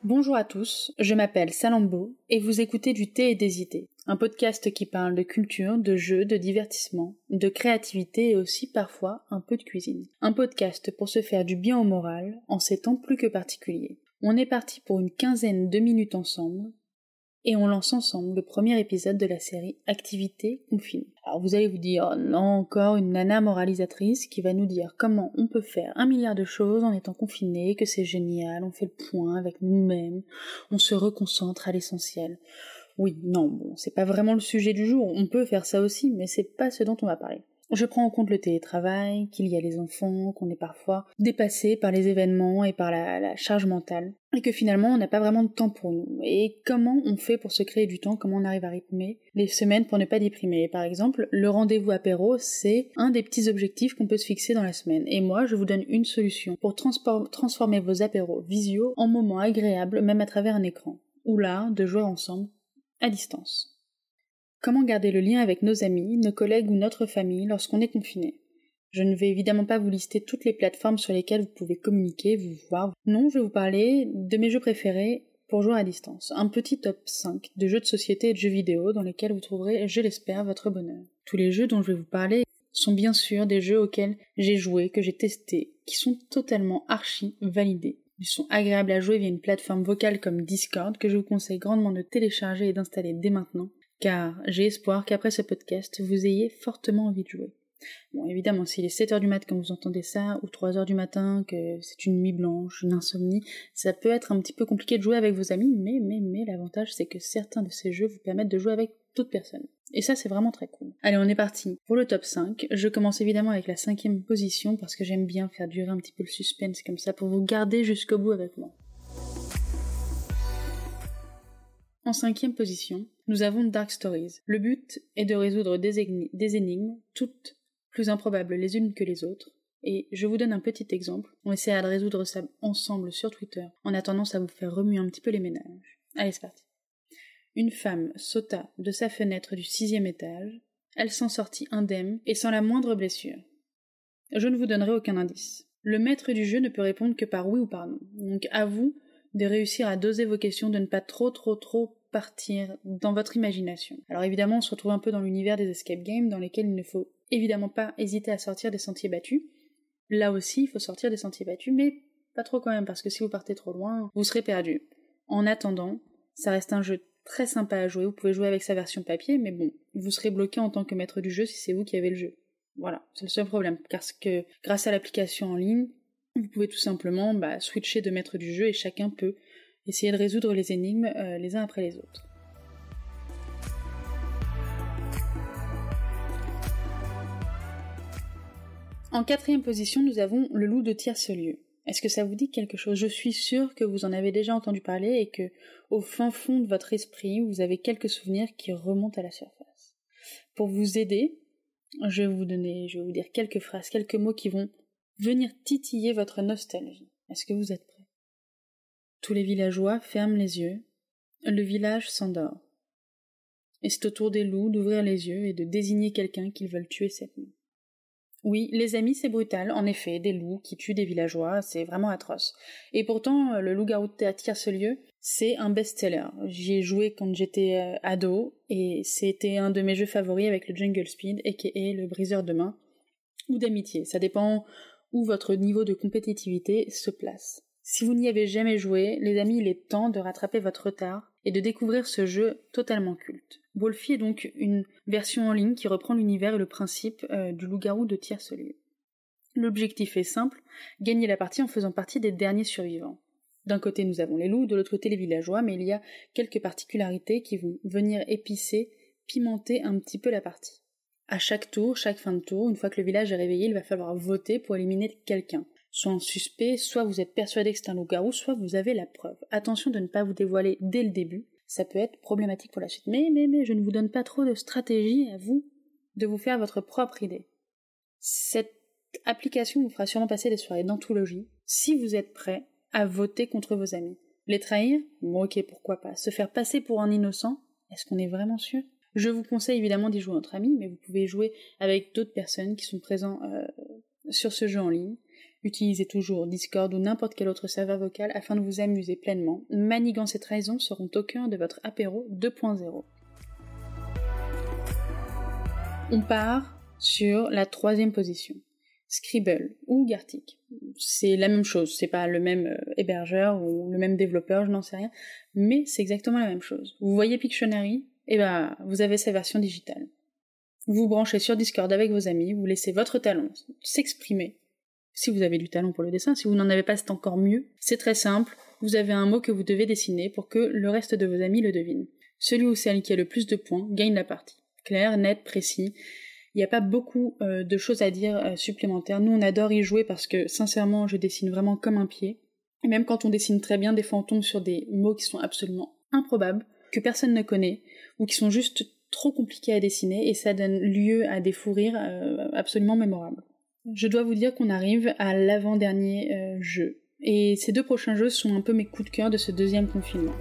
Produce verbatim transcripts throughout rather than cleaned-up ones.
Bonjour à tous, je m'appelle Salambo et vous écoutez du thé et des idées, un podcast qui parle de culture, de jeux, de divertissement, de créativité et aussi parfois un peu de cuisine. Un podcast pour se faire du bien au moral en ces temps plus que particuliers. On est parti pour une quinzaine de minutes ensemble et on lance ensemble le premier épisode de la série Activité confinée. Alors vous allez vous dire, oh non, encore une nana moralisatrice qui va nous dire comment on peut faire un milliard de choses en étant confiné, que c'est génial, on fait le point avec nous-mêmes, on se reconcentre à l'essentiel. Oui, non, bon, c'est pas vraiment le sujet du jour, on peut faire ça aussi, mais c'est pas ce dont on va parler. Je prends en compte le télétravail, qu'il y a les enfants, qu'on est parfois dépassé par les événements et par la, la charge mentale, et que finalement on n'a pas vraiment de temps pour nous. Et comment on fait pour se créer du temps, comment on arrive à rythmer les semaines pour ne pas déprimer. Par exemple, le rendez-vous apéro, c'est un des petits objectifs qu'on peut se fixer dans la semaine. Et moi, je vous donne une solution pour transpor- transformer vos apéros visio en moments agréables, même à travers un écran, ou l'art de jouer ensemble à distance. Comment garder le lien avec nos amis, nos collègues ou notre famille lorsqu'on est confiné? Je ne vais évidemment pas vous lister toutes les plateformes sur lesquelles vous pouvez communiquer, vous voir. Non, je vais vous parler de mes jeux préférés pour jouer à distance. Un petit top cinq de jeux de société et de jeux vidéo dans lesquels vous trouverez, je l'espère, votre bonheur. Tous les jeux dont je vais vous parler sont bien sûr des jeux auxquels j'ai joué, que j'ai testé, qui sont totalement archi validés. Ils sont agréables à jouer via une plateforme vocale comme Discord que je vous conseille grandement de télécharger et d'installer dès maintenant, car j'ai espoir qu'après ce podcast, vous ayez fortement envie de jouer. Bon, évidemment, s'il est sept heures du mat quand vous entendez ça, ou trois heures du matin, que c'est une nuit blanche, une insomnie, ça peut être un petit peu compliqué de jouer avec vos amis, mais, mais, mais, l'avantage, c'est que certains de ces jeux vous permettent de jouer avec d'autres personnes. Et ça, c'est vraiment très cool. Allez, on est parti pour le top cinq. Je commence évidemment avec la cinquième position, parce que j'aime bien faire durer un petit peu le suspense comme ça, pour vous garder jusqu'au bout avec moi. En cinquième position, nous avons Dark Stories. Le but est de résoudre des, énigmes, des énigmes, toutes plus improbables les unes que les autres, et je vous donne un petit exemple. On essaiera de résoudre ça ensemble sur Twitter, en attendant ça vous faire remuer un petit peu les ménages. Allez, c'est parti. Une femme sauta de sa fenêtre du sixième étage, elle s'en sortit indemne et sans la moindre blessure. Je ne vous donnerai aucun indice. Le maître du jeu ne peut répondre que par oui ou par non, donc à vous de réussir à doser vos questions, de ne pas trop trop trop partir dans votre imagination. Alors évidemment, on se retrouve un peu dans l'univers des escape games, dans lesquels il ne faut évidemment pas hésiter à sortir des sentiers battus. Là aussi, il faut sortir des sentiers battus, mais pas trop quand même, parce que si vous partez trop loin, vous serez perdu. En attendant, ça reste un jeu très sympa à jouer, vous pouvez jouer avec sa version papier, mais bon, vous serez bloqué en tant que maître du jeu si c'est vous qui avez le jeu. Voilà, c'est le seul problème, parce que grâce à l'application en ligne, vous pouvez tout simplement bah, switcher de maître du jeu et chacun peut essayer de résoudre les énigmes euh, les uns après les autres. En quatrième position, nous avons le loup de tierce-lieu. Est-ce que ça vous dit quelque chose? Je suis sûre que vous en avez déjà entendu parler et que, au fin fond de votre esprit, vous avez quelques souvenirs qui remontent à la surface. Pour vous aider, je vais vous donner, je vais vous dire quelques phrases, quelques mots qui vont venir titiller votre nostalgie. Est-ce que vous êtes prêts? Tous les villageois ferment les yeux. Le village s'endort. Et c'est au tour des loups d'ouvrir les yeux et de désigner quelqu'un qu'ils veulent tuer cette nuit. Oui, les amis, c'est brutal, en effet, des loups qui tuent des villageois, c'est vraiment atroce. Et pourtant, le loup-garou de tierce-lieu, c'est un best-seller. J'y ai joué quand j'étais euh, ado, et c'était un de mes jeux favoris avec le Jungle Speed, aka le briseur de main, ou d'amitié, ça dépend où votre niveau de compétitivité se place. Si vous n'y avez jamais joué, les amis, il est temps de rattraper votre retard et de découvrir ce jeu totalement culte. Wolfie est donc une version en ligne qui reprend l'univers et le principe euh, du loup-garou de tierce-lieu. L'objectif est simple, gagner la partie en faisant partie des derniers survivants. D'un côté nous avons les loups, de l'autre côté les villageois, mais il y a quelques particularités qui vont venir épicer, pimenter un petit peu la partie. À chaque tour, chaque fin de tour, une fois que le village est réveillé, il va falloir voter pour éliminer quelqu'un. Soit un suspect, soit vous êtes persuadé que c'est un loup-garou, soit vous avez la preuve. Attention de ne pas vous dévoiler dès le début, ça peut être problématique pour la suite. Mais, mais, mais, je ne vous donne pas trop de stratégie, à vous de vous faire votre propre idée. Cette application vous fera sûrement passer des soirées d'anthologie, si vous êtes prêt à voter contre vos amis. Les trahir? Bon ok, pourquoi pas. Se faire passer pour un innocent? Est-ce qu'on est vraiment sûr? Je vous conseille évidemment d'y jouer entre amis, mais vous pouvez jouer avec d'autres personnes qui sont présentes euh, sur ce jeu en ligne. Utilisez toujours Discord ou n'importe quel autre serveur vocal afin de vous amuser pleinement. Manigance et trahison seront au cœur de votre apéro deux point zéro. On part sur la troisième position. Scribble ou Gartic. C'est la même chose, c'est pas le même hébergeur ou le même développeur, je n'en sais rien, mais c'est exactement la même chose. Vous voyez Pictionary, et ben vous avez sa version digitale. Vous vous branchez sur Discord avec vos amis, vous laissez votre talent s'exprimer. Si vous avez du talent pour le dessin, si vous n'en avez pas, c'est encore mieux. C'est très simple, vous avez un mot que vous devez dessiner pour que le reste de vos amis le devinent. Celui ou celle qui a le plus de points gagne la partie. Clair, net, précis. Il n'y a pas beaucoup euh, de choses à dire euh, supplémentaires. Nous, on adore y jouer parce que, sincèrement, je dessine vraiment comme un pied. Et même quand on dessine très bien, des fois on tombe sur des mots qui sont absolument improbables, que personne ne connaît, ou qui sont juste trop compliqués à dessiner, et ça donne lieu à des fous rires euh, absolument mémorables. Je dois vous dire qu'on arrive à l'avant-dernier euh, jeu. Et ces deux prochains jeux sont un peu mes coups de cœur de ce deuxième confinement.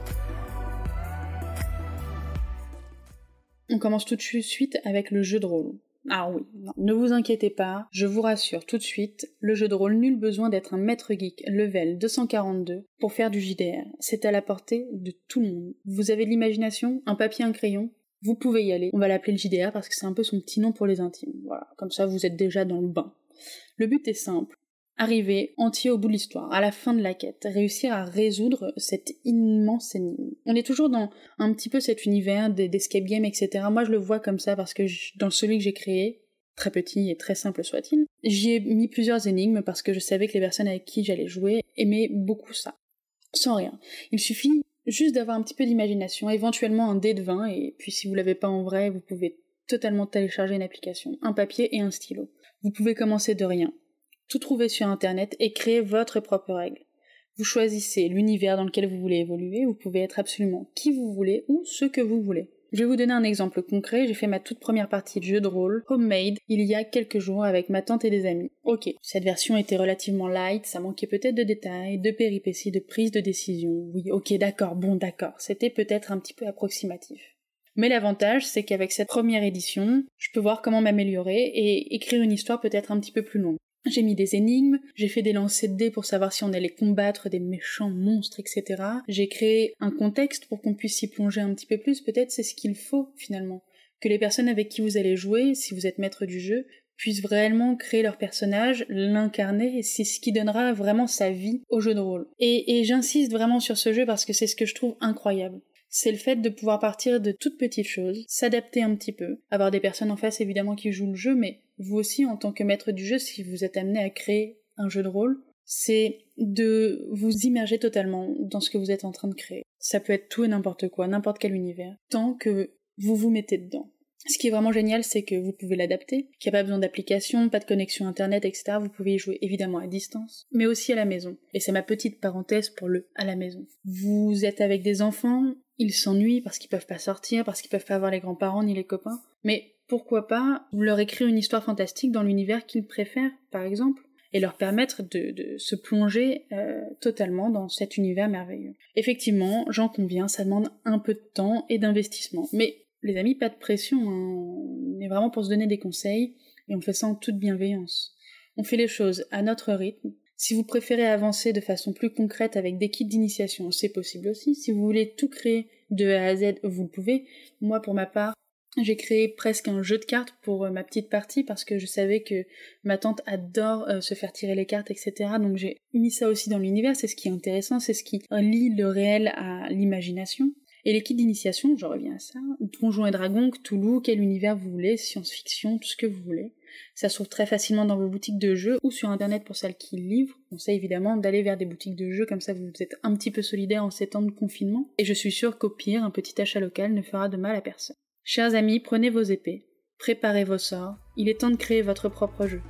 On commence tout de suite avec le jeu de rôle. Ah oui, non, ne vous inquiétez pas, je vous rassure tout de suite, le jeu de rôle, nul besoin d'être un maître geek level deux cent quarante-deux pour faire du J D R. C'est à la portée de tout le monde. Vous avez de l'imagination, un papier, un crayon, vous pouvez y aller. On va l'appeler le J D R parce que c'est un peu son petit nom pour les intimes. Voilà, comme ça vous êtes déjà dans le bain. Le but est simple. Arriver entier au bout de l'histoire, à la fin de la quête, réussir à résoudre cette immense énigme. On est toujours dans un petit peu cet univers d'escape game, et cetera. Moi je le vois comme ça parce que je, dans celui que j'ai créé, très petit et très simple soit-il, j'y ai mis plusieurs énigmes parce que je savais que les personnes avec qui j'allais jouer aimaient beaucoup ça. Sans rien. Il suffit juste d'avoir un petit peu d'imagination, éventuellement un dé de vingt, et puis si vous l'avez pas en vrai, vous pouvez totalement télécharger une application, un papier et un stylo. Vous pouvez commencer de rien. Tout trouver sur internet et créer votre propre règle. Vous choisissez l'univers dans lequel vous voulez évoluer, vous pouvez être absolument qui vous voulez ou ce que vous voulez. Je vais vous donner un exemple concret, j'ai fait ma toute première partie de jeu de rôle, Homemade, il y a quelques jours avec ma tante et des amis. Ok, cette version était relativement light, ça manquait peut-être de détails, de péripéties, de prise de décision. Oui, ok, d'accord, bon d'accord, c'était peut-être un petit peu approximatif. Mais l'avantage, c'est qu'avec cette première édition, je peux voir comment m'améliorer et écrire une histoire peut-être un petit peu plus longue. J'ai mis des énigmes, j'ai fait des lancers de dés pour savoir si on allait combattre des méchants monstres, et cetera. J'ai créé un contexte pour qu'on puisse s'y plonger un petit peu plus, peut-être c'est ce qu'il faut finalement. Que les personnes avec qui vous allez jouer, si vous êtes maître du jeu, puissent réellement créer leur personnage, l'incarner, et c'est ce qui donnera vraiment sa vie au jeu de rôle. Et, et j'insiste vraiment sur ce jeu parce que c'est ce que je trouve incroyable. C'est le fait de pouvoir partir de toutes petites choses, s'adapter un petit peu, avoir des personnes en face évidemment qui jouent le jeu, mais vous aussi en tant que maître du jeu, si vous êtes amené à créer un jeu de rôle, c'est de vous immerger totalement dans ce que vous êtes en train de créer. Ça peut être tout et n'importe quoi, n'importe quel univers, tant que vous vous mettez dedans. Ce qui est vraiment génial, c'est que vous pouvez l'adapter, qu'il n'y a pas besoin d'application, pas de connexion internet, et cetera. Vous pouvez y jouer évidemment à distance, mais aussi à la maison. Et c'est ma petite parenthèse pour le « à la maison ». Vous êtes avec des enfants, ils s'ennuient parce qu'ils peuvent pas sortir, parce qu'ils peuvent pas voir les grands-parents ni les copains, mais pourquoi pas leur écrire une histoire fantastique dans l'univers qu'ils préfèrent, par exemple, et leur permettre de, de se plonger euh, totalement dans cet univers merveilleux. Effectivement, j'en conviens, ça demande un peu de temps et d'investissement, mais les amis, pas de pression, hein. On est vraiment pour se donner des conseils, et on fait ça en toute bienveillance. On fait les choses à notre rythme. Si vous préférez avancer de façon plus concrète avec des kits d'initiation, c'est possible aussi. Si vous voulez tout créer de A à Z, vous le pouvez. Moi, pour ma part, j'ai créé presque un jeu de cartes pour ma petite partie, parce que je savais que ma tante adore euh, se faire tirer les cartes, et cetera. Donc j'ai mis ça aussi dans l'univers, c'est ce qui est intéressant, c'est ce qui lie le réel à l'imagination. Et les kits d'initiation, je reviens à ça, Donjons et Dragons, Cthulhu, quel univers vous voulez, science-fiction, tout ce que vous voulez. Ça se trouve très facilement dans vos boutiques de jeux ou sur internet pour celles qui livrent. On sait évidemment d'aller vers des boutiques de jeux, comme ça vous êtes un petit peu solidaires en ces temps de confinement. Et je suis sûre qu'au pire, un petit achat local ne fera de mal à personne. Chers amis, prenez vos épées, préparez vos sorts, il est temps de créer votre propre jeu.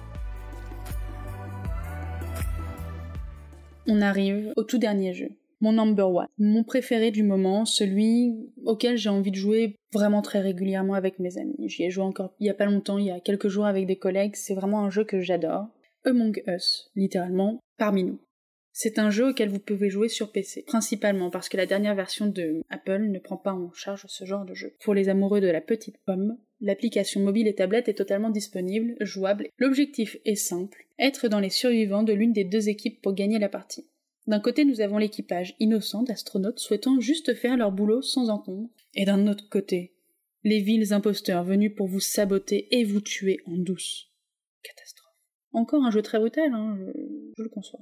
On arrive au tout dernier jeu. Mon number one, mon préféré du moment, celui auquel j'ai envie de jouer vraiment très régulièrement avec mes amis. J'y ai joué encore il y a pas longtemps, il y a quelques jours avec des collègues, c'est vraiment un jeu que j'adore. Among Us, littéralement, parmi nous. C'est un jeu auquel vous pouvez jouer sur P C, principalement parce que la dernière version de Apple ne prend pas en charge ce genre de jeu. Pour les amoureux de la petite pomme, L'application mobile et tablette est totalement disponible, jouable. L'objectif est simple, être dans les survivants de l'une des deux équipes pour gagner la partie. D'un côté, nous avons l'équipage innocent d'astronautes souhaitant juste faire leur boulot sans encombre. Et d'un autre côté, les vils imposteurs venus pour vous saboter et vous tuer en douce. Catastrophe. Encore un jeu très brutal, hein, je, je le conçois.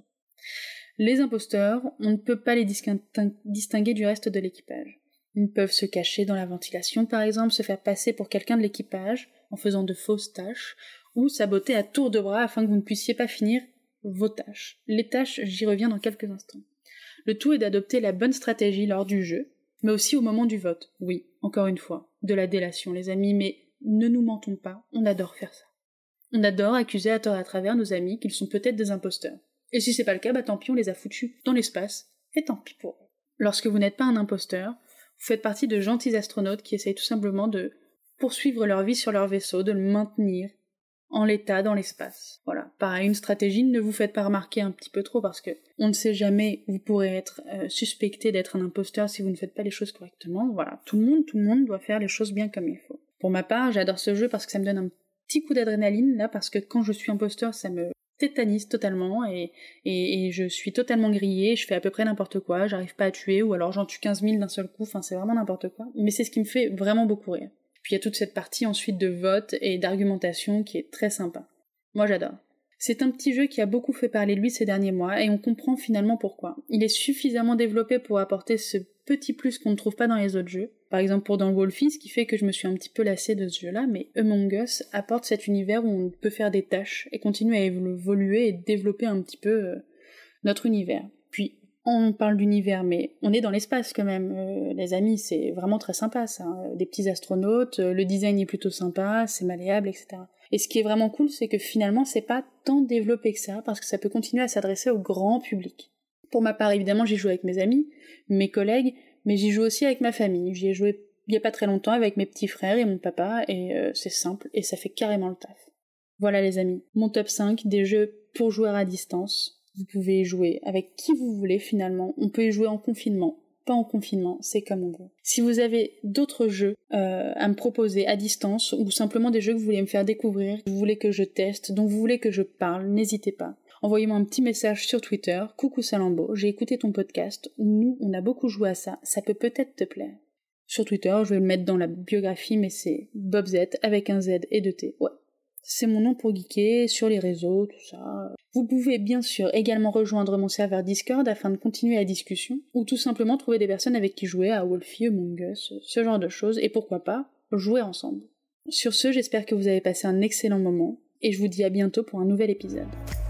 Les imposteurs, on ne peut pas les distinguer du reste de l'équipage. Ils peuvent se cacher dans la ventilation, par exemple, se faire passer pour quelqu'un de l'équipage en faisant de fausses tâches, ou saboter à tour de bras afin que vous ne puissiez pas finir vos tâches. Les tâches, j'y reviens dans quelques instants. Le tout est d'adopter la bonne stratégie lors du jeu, mais aussi au moment du vote. Oui, encore une fois, de la délation, les amis, mais ne nous mentons pas, on adore faire ça. On adore accuser à tort et à travers nos amis qu'ils sont peut-être des imposteurs. Et si c'est pas le cas, bah tant pis, on les a foutus dans l'espace, et tant pis pour eux. Lorsque vous n'êtes pas un imposteur, vous faites partie de gentils astronautes qui essayent tout simplement de poursuivre leur vie sur leur vaisseau, de le maintenir en l'état dans l'espace. Voilà. Pareil, une stratégie, ne vous faites pas remarquer un petit peu trop parce que on ne sait jamais, vous pourrez être euh, suspecté d'être un imposteur si vous ne faites pas les choses correctement. Voilà. Tout le monde, tout le monde doit faire les choses bien comme il faut. Pour ma part, j'adore ce jeu parce que ça me donne un petit coup d'adrénaline, là, parce que quand je suis imposteur, ça me tétanise totalement et, et, et je suis totalement grillée, je fais à peu près n'importe quoi, j'arrive pas à tuer ou alors j'en tue quinze mille d'un seul coup, enfin c'est vraiment n'importe quoi, mais c'est ce qui me fait vraiment beaucoup rire. Puis il y a toute cette partie ensuite de vote et d'argumentation qui est très sympa. Moi j'adore. C'est un petit jeu qui a beaucoup fait parler de lui ces derniers mois et on comprend finalement pourquoi. Il est suffisamment développé pour apporter ce petit plus qu'on ne trouve pas dans les autres jeux. Par exemple pour Dans le Wolfie, ce qui fait que je me suis un petit peu lassée de ce jeu-là, mais Among Us apporte cet univers où on peut faire des tâches et continuer à évoluer et développer un petit peu euh, notre univers. Puis on parle d'univers, mais on est dans l'espace quand même, euh, les amis, c'est vraiment très sympa ça. Des petits astronautes, euh, le design est plutôt sympa, c'est malléable, et cetera. Et ce qui est vraiment cool, c'est que finalement, c'est pas tant développé que ça, parce que ça peut continuer à s'adresser au grand public. Pour ma part, évidemment, j'y joue avec mes amis, mes collègues, mais j'y joue aussi avec ma famille. J'y ai joué il y a pas très longtemps avec mes petits frères et mon papa, et euh, c'est simple, et ça fait carrément le taf. Voilà les amis, mon top cinq des jeux pour joueurs à distance. Vous pouvez y jouer avec qui vous voulez finalement, on peut y jouer en confinement, pas en confinement, c'est comme on veut. Si vous avez d'autres jeux euh, à me proposer à distance, ou simplement des jeux que vous voulez me faire découvrir, que vous voulez que je teste, dont vous voulez que je parle, n'hésitez pas. Envoyez-moi un petit message sur Twitter, coucou Salambo, j'ai écouté ton podcast, nous on a beaucoup joué à ça, ça peut peut-être te plaire. Sur Twitter, je vais le mettre dans la biographie, mais c'est BobZ avec un Z et deux T, ouais. C'est mon nom pour geeker, sur les réseaux, tout ça. Vous pouvez bien sûr également rejoindre mon serveur Discord afin de continuer la discussion, ou tout simplement trouver des personnes avec qui jouer à Wolfie, Among Us, ce genre de choses, et pourquoi pas, jouer ensemble. Sur ce, j'espère que vous avez passé un excellent moment, et je vous dis à bientôt pour un nouvel épisode.